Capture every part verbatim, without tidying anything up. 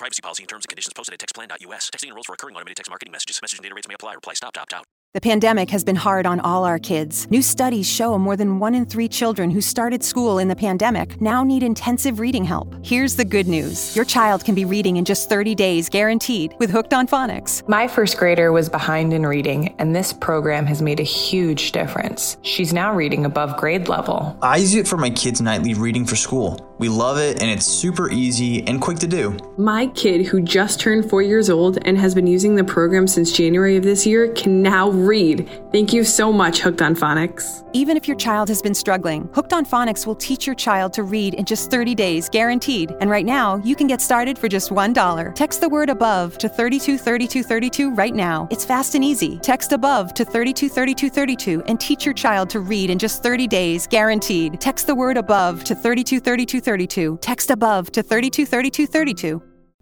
privacy policy and terms and conditions posted at text plan dot U S. Texting enrolls for recurring automated text marketing messages. Message and data rates may apply. Reply stop to opt out. The pandemic has been hard on all our kids. New studies show more than one in three children who started school in the pandemic now need intensive reading help. Here's the good news. Your child can be reading in just thirty days, guaranteed, with Hooked on Phonics. My first grader was behind in reading, and this program has made a huge difference. She's now reading above grade level. I use it for my kids' nightly reading for school. We love it, and it's super easy and quick to do. My kid, who just turned four years old and has been using the program since January of this year, can now read. Thank you so much, Hooked on Phonics. Even if your child has been struggling, Hooked on Phonics will teach your child to read in just thirty days, guaranteed. And right now, you can get started for just one dollar. Text the word ABOVE to thirty-two thirty-two thirty-two right now. It's fast and easy. Text ABOVE to thirty-two thirty-two thirty-two and teach your child to read in just thirty days, guaranteed. Text the word ABOVE to thirty-two thirty-two thirty-two. Text ABOVE to thirty-two thirty-two thirty-two.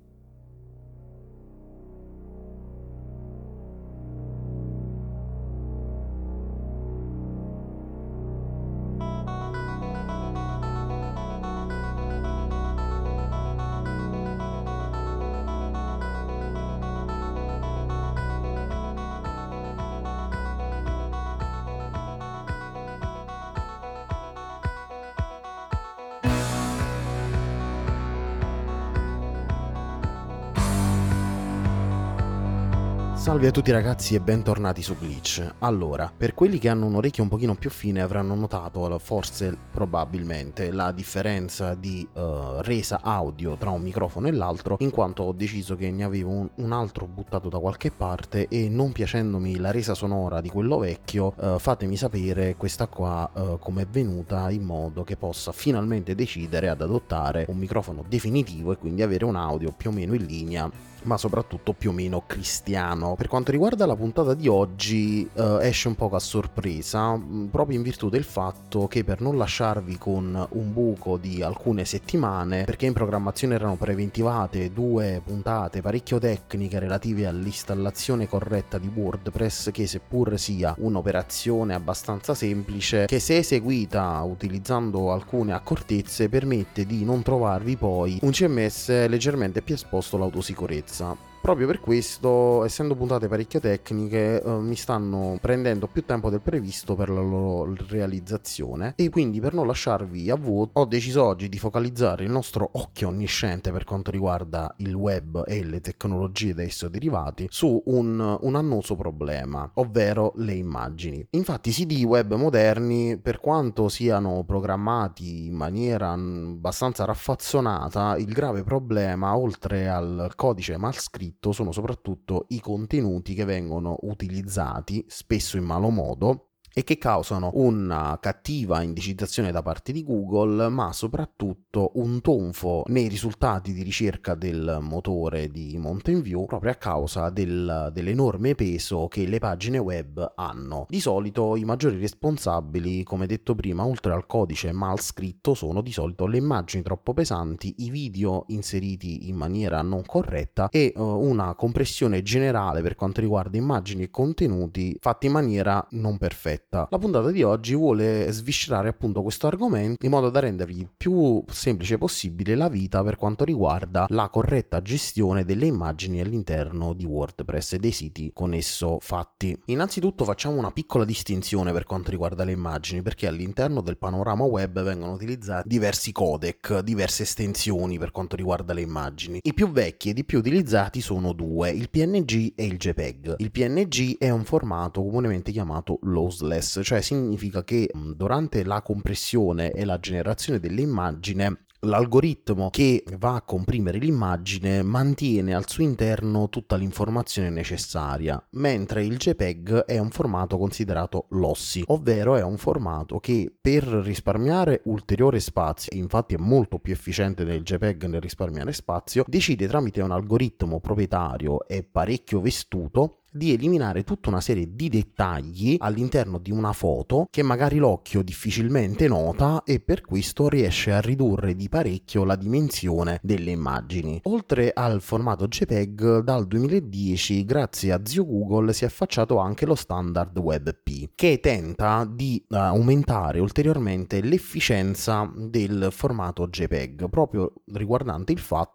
Salve a tutti ragazzi e bentornati su Glitch. Allora, per quelli che hanno un orecchio un pochino più fine avranno notato, forse probabilmente, la differenza di uh, resa audio tra un microfono e l'altro, in quanto ho deciso che ne avevo un, un altro buttato da qualche parte e non piacendomi la resa sonora di quello vecchio, uh, fatemi sapere questa qua uh, come è venuta, in modo che possa finalmente decidere ad adottare un microfono definitivo e quindi avere un audio più o meno in linea, ma soprattutto più o meno cristiano. Per quanto riguarda la puntata di oggi, uh, esce un po' a sorpresa, mh, proprio in virtù del fatto che, per non lasciarvi con un buco di alcune settimane, perché in programmazione erano preventivate due puntate parecchio tecniche relative all'installazione corretta di WordPress, che seppur sia un'operazione abbastanza semplice, che se eseguita utilizzando alcune accortezze permette di non trovarvi poi un C M S leggermente più esposto all'autosicurezza. Proprio per questo, essendo puntate parecchio tecniche, eh, mi stanno prendendo più tempo del previsto per la loro realizzazione, e quindi, per non lasciarvi a vuoto, ho deciso oggi di focalizzare il nostro occhio onnisciente per quanto riguarda il web e le tecnologie da esso derivati su un, un annoso problema, ovvero le immagini. Infatti, i siti web moderni, per quanto siano programmati in maniera abbastanza raffazzonata, il grave problema, oltre al codice mal scritto, sono soprattutto i contenuti che vengono utilizzati, spesso in malo modo, e che causano una cattiva indicizzazione da parte di Google, ma soprattutto un tonfo nei risultati di ricerca del motore di Mountain View, proprio a causa del, dell'enorme peso che le pagine web hanno. Di solito i maggiori responsabili, come detto prima, oltre al codice mal scritto, sono di solito le immagini troppo pesanti, i video inseriti in maniera non corretta e uh, una compressione generale per quanto riguarda immagini e contenuti fatti in maniera non perfetta. La puntata di oggi vuole sviscerare appunto questo argomento, in modo da rendervi più semplice possibile la vita per quanto riguarda la corretta gestione delle immagini all'interno di WordPress e dei siti con esso fatti. Innanzitutto facciamo una piccola distinzione per quanto riguarda le immagini, perché all'interno del panorama web vengono utilizzati diversi codec, diverse estensioni per quanto riguarda le immagini. I più vecchi ed i più utilizzati sono due, il P N G e il JPEG. Il P N G è un formato comunemente chiamato lossless, cioè significa che durante la compressione e la generazione dell'immagine l'algoritmo che va a comprimere l'immagine mantiene al suo interno tutta l'informazione necessaria, mentre il JPEG è un formato considerato lossy, ovvero è un formato che, per risparmiare ulteriore spazio, infatti è molto più efficiente del JPEG nel risparmiare spazio, decide tramite un algoritmo proprietario e parecchio vestuto di eliminare tutta una serie di dettagli all'interno di una foto che magari l'occhio difficilmente nota, e per questo riesce a ridurre di parecchio la dimensione delle immagini. Oltre al formato JPEG, dal duemiladieci, grazie a zio Google, si è affacciato anche lo standard WebP, che tenta di uh, aumentare ulteriormente l'efficienza del formato JPEG, proprio riguardante il fatto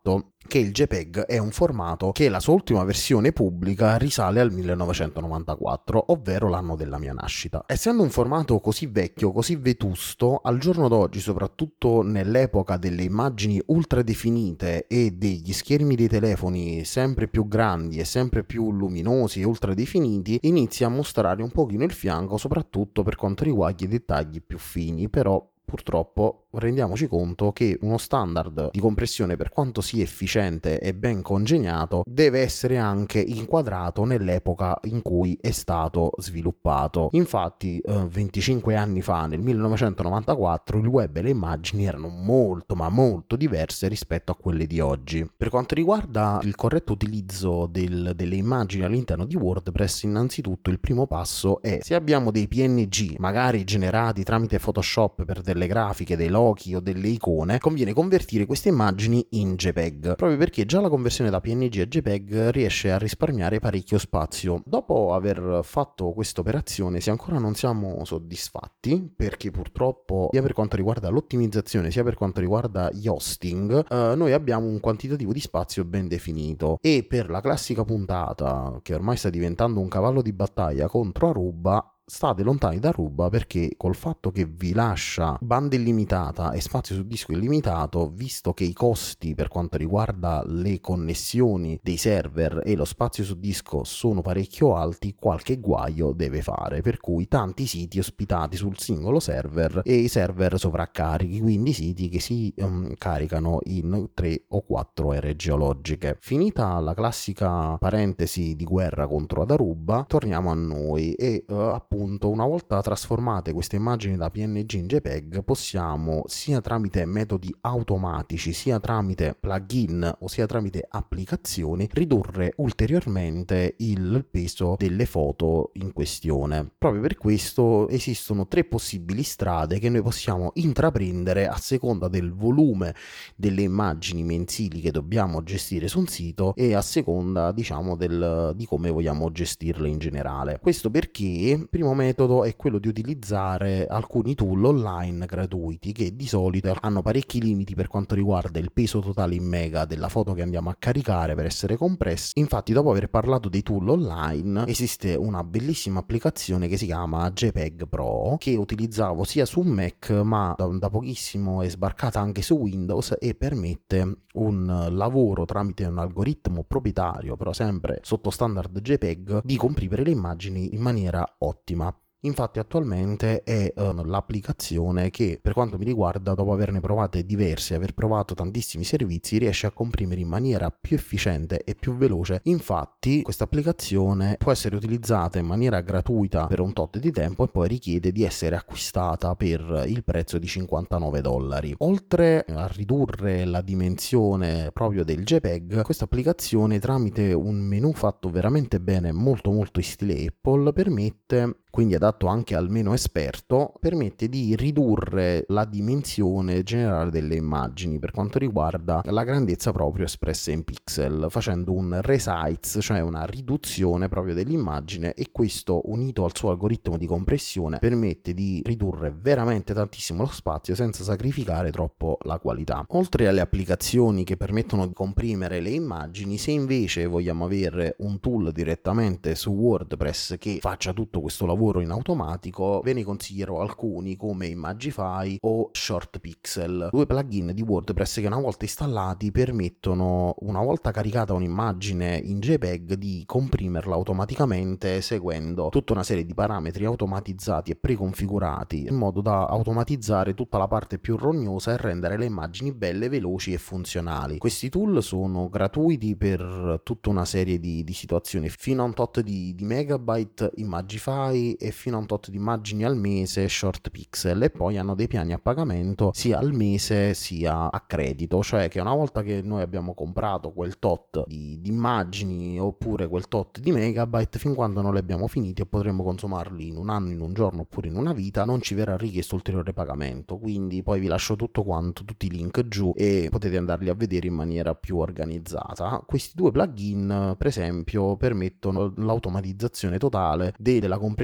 che il JPEG è un formato che la sua ultima versione pubblica risale al millenovecentonovantaquattro, ovvero l'anno della mia nascita. Essendo un formato così vecchio, così vetusto, al giorno d'oggi, soprattutto nell'epoca delle immagini ultra definite e degli schermi dei telefoni sempre più grandi e sempre più luminosi e ultra definiti, inizia a mostrare un pochino il fianco, soprattutto per quanto riguarda i dettagli più fini, però purtroppo rendiamoci conto che uno standard di compressione, per quanto sia efficiente e ben congegnato, deve essere anche inquadrato nell'epoca in cui è stato sviluppato. Infatti eh, venticinque anni fa, nel millenovecentonovantaquattro, il web e le immagini erano molto ma molto diverse rispetto a quelle di oggi. Per quanto riguarda il corretto utilizzo del, delle immagini all'interno di WordPress, innanzitutto il primo passo è: se abbiamo dei P N G magari generati tramite Photoshop per delle grafiche, dei logi o delle icone, conviene convertire queste immagini in JPEG, proprio perché già la conversione da P N G a JPEG riesce a risparmiare parecchio spazio. Dopo aver fatto questa operazione, se ancora non siamo soddisfatti, perché purtroppo sia per quanto riguarda l'ottimizzazione sia per quanto riguarda gli hosting, eh, noi abbiamo un quantitativo di spazio ben definito, e per la classica puntata che ormai sta diventando un cavallo di battaglia contro Aruba, state lontani da Aruba, perché col fatto che vi lascia banda illimitata e spazio su disco illimitato, visto che i costi per quanto riguarda le connessioni dei server e lo spazio su disco sono parecchio alti, qualche guaio deve fare, per cui tanti siti ospitati sul singolo server e i server sovraccarichi, quindi siti che si um, caricano in tre o quattro ere geologiche. Finita la classica parentesi di guerra contro ad Aruba, torniamo a noi e uh, appunto una volta trasformate queste immagini da P N G in JPEG, possiamo, sia tramite metodi automatici, sia tramite plugin o sia tramite applicazioni, ridurre ulteriormente il peso delle foto in questione. Proprio per questo esistono tre possibili strade che noi possiamo intraprendere a seconda del volume delle immagini mensili che dobbiamo gestire su un sito e a seconda, diciamo, del, di come vogliamo gestirle in generale. Questo perché prima primo metodo è quello di utilizzare alcuni tool online gratuiti che di solito hanno parecchi limiti per quanto riguarda il peso totale in mega della foto che andiamo a caricare per essere compressi. Infatti, dopo aver parlato dei tool online, esiste una bellissima applicazione che si chiama JPEG Pro, che utilizzavo sia su Mac ma da, da pochissimo è sbarcata anche su Windows e permette un lavoro tramite un algoritmo proprietario, però sempre sotto standard JPEG, di comprimere le immagini in maniera ottima. Infatti attualmente è uh, l'applicazione che, per quanto mi riguarda, dopo averne provate diverse e aver provato tantissimi servizi, riesce a comprimere in maniera più efficiente e più veloce. Infatti questa applicazione può essere utilizzata in maniera gratuita per un tot di tempo e poi richiede di essere acquistata per il prezzo di cinquantanove dollari. Oltre a ridurre la dimensione proprio del JPEG, questa applicazione, tramite un menu fatto veramente bene, molto molto in stile Apple, permette, quindi adatto anche al meno esperto, permette di ridurre la dimensione generale delle immagini per quanto riguarda la grandezza proprio espressa in pixel, facendo un resize, cioè una riduzione proprio dell'immagine, e questo, unito al suo algoritmo di compressione, permette di ridurre veramente tantissimo lo spazio senza sacrificare troppo la qualità. Oltre alle applicazioni che permettono di comprimere le immagini, se invece vogliamo avere un tool direttamente su WordPress che faccia tutto questo lavoro in automatico, ve ne consiglierò alcuni come Imagify o ShortPixel, due plugin di WordPress che una volta installati permettono, una volta caricata un'immagine in JPEG, di comprimerla automaticamente seguendo tutta una serie di parametri automatizzati e preconfigurati in modo da automatizzare tutta la parte più rognosa e rendere le immagini belle, veloci e funzionali. Questi tool sono gratuiti per tutta una serie di, di situazioni, fino a un tot di, di megabyte Imagify e fino a un tot di immagini al mese ShortPixel, e poi hanno dei piani a pagamento sia al mese sia a credito, cioè che una volta che noi abbiamo comprato quel tot di, di immagini oppure quel tot di megabyte, fin quando non li abbiamo finiti e potremo consumarli in un anno, in un giorno oppure in una vita, non ci verrà richiesto ulteriore pagamento. Quindi poi vi lascio tutto quanto, tutti i link giù, e potete andarli a vedere in maniera più organizzata. Questi due plugin, per esempio, permettono l'automatizzazione totale della compressione della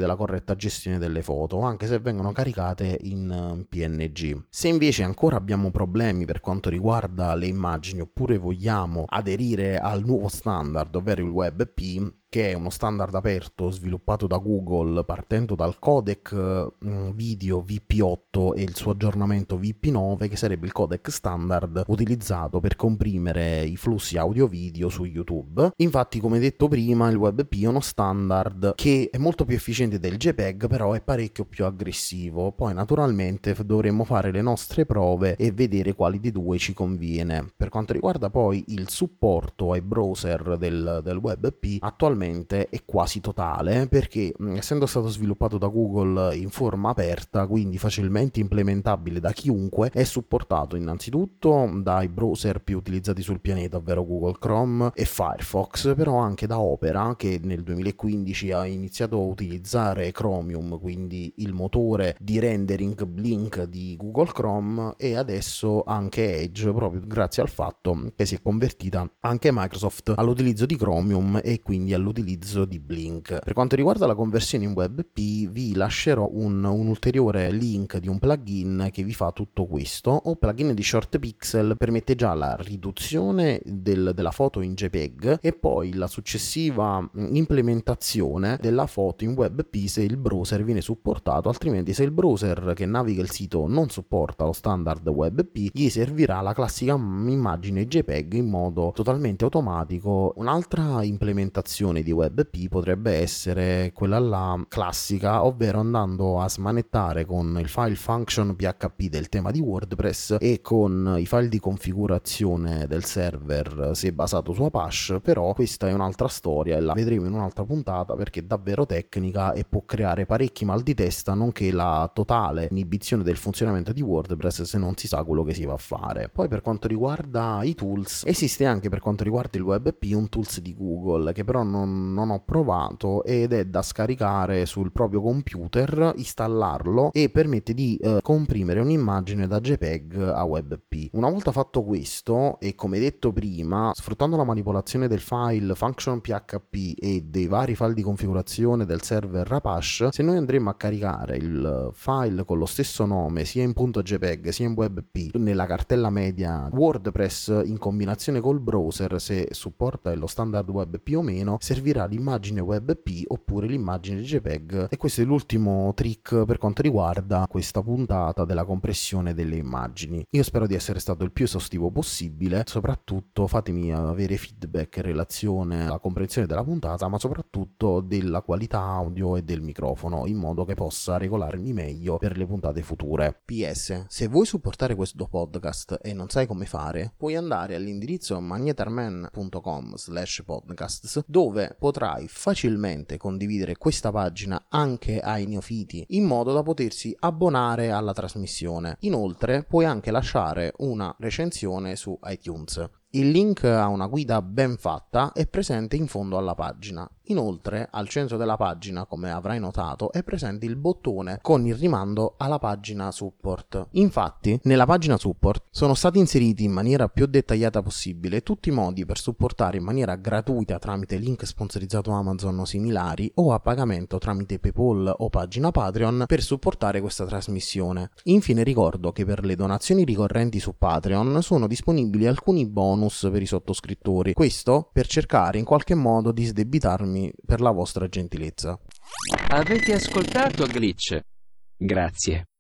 della corretta gestione delle foto, anche se vengono caricate in P N G. Se invece ancora abbiamo problemi per quanto riguarda le immagini, oppure vogliamo aderire al nuovo standard, ovvero il WebP, che è uno standard aperto sviluppato da Google partendo dal codec video V P otto e il suo aggiornamento V P nove, che sarebbe il codec standard utilizzato per comprimere i flussi audio-video su YouTube. Infatti, come detto prima, il WebP è uno standard che è molto più efficiente del JPEG, però è parecchio più aggressivo. Poi naturalmente dovremmo fare le nostre prove e vedere quali dei due ci conviene. Per quanto riguarda poi il supporto ai browser del, del WebP, attualmente è quasi totale, perché essendo stato sviluppato da Google in forma aperta, quindi facilmente implementabile da chiunque, è supportato innanzitutto dai browser più utilizzati sul pianeta, ovvero Google Chrome e Firefox, però anche da Opera, che nel duemilaquindici ha iniziato a utilizzare Chromium, quindi il motore di rendering Blink di Google Chrome, e adesso anche Edge, proprio grazie al fatto che si è convertita anche Microsoft all'utilizzo di Chromium e quindi all'utilizzo di Blink. Per quanto riguarda la conversione in WebP, vi lascerò un, un ulteriore link di un plugin che vi fa tutto questo. O plugin di ShortPixel permette già la riduzione del, della foto in JPEG e poi la successiva implementazione della foto in WebP se il browser viene supportato, altrimenti se il browser che naviga il sito non supporta lo standard WebP, gli servirà la classica immagine JPEG in modo totalmente automatico. Un'altra implementazione di WebP potrebbe essere quella là classica, ovvero andando a smanettare con il file function P H P del tema di WordPress e con i file di configurazione del server se basato su Apache, però questa è un'altra storia e la vedremo in un'altra puntata perché è davvero tecnica e può creare parecchi mal di testa, nonché la totale inibizione del funzionamento di WordPress se non si sa quello che si va a fare. Poi per quanto riguarda i tools, esiste anche per quanto riguarda il WebP un tools di Google che però non non ho provato ed è da scaricare sul proprio computer, installarlo e permette di eh, comprimere un'immagine da JPEG a WebP. Una volta fatto questo, e come detto prima, sfruttando la manipolazione del file function P H P e dei vari file di configurazione del server Apache, se noi andremo a caricare il file con lo stesso nome sia in .jpeg sia in WebP nella cartella media WordPress in combinazione col browser, se supporta lo standard WebP o meno, servirà l'immagine WebP oppure l'immagine JPEG. E questo è l'ultimo trick per quanto riguarda questa puntata della compressione delle immagini. Io spero di essere stato il più esaustivo possibile, soprattutto fatemi avere feedback in relazione alla comprensione della puntata, ma soprattutto della qualità audio e del microfono, in modo che possa regolarmi meglio per le puntate future. P S, se vuoi supportare questo podcast e non sai come fare, puoi andare all'indirizzo magnetarman punto com slash podcasts, dove potrai facilmente condividere questa pagina anche ai neofiti, in modo da potersi abbonare alla trasmissione. Inoltre puoi anche lasciare una recensione su iTunes. Il link a una guida ben fatta è presente in fondo alla pagina. Inoltre, al centro della pagina, come avrai notato, è presente il bottone con il rimando alla pagina support. Infatti, nella pagina support sono stati inseriti in maniera più dettagliata possibile tutti i modi per supportare in maniera gratuita tramite link sponsorizzato Amazon o similari, o a pagamento tramite PayPal o pagina Patreon, per supportare questa trasmissione. Infine ricordo che per le donazioni ricorrenti su Patreon sono disponibili alcuni bonus per i sottoscrittori, questo per cercare in qualche modo di sdebitarmi per la vostra gentilezza. Avete ascoltato Glitch? Grazie.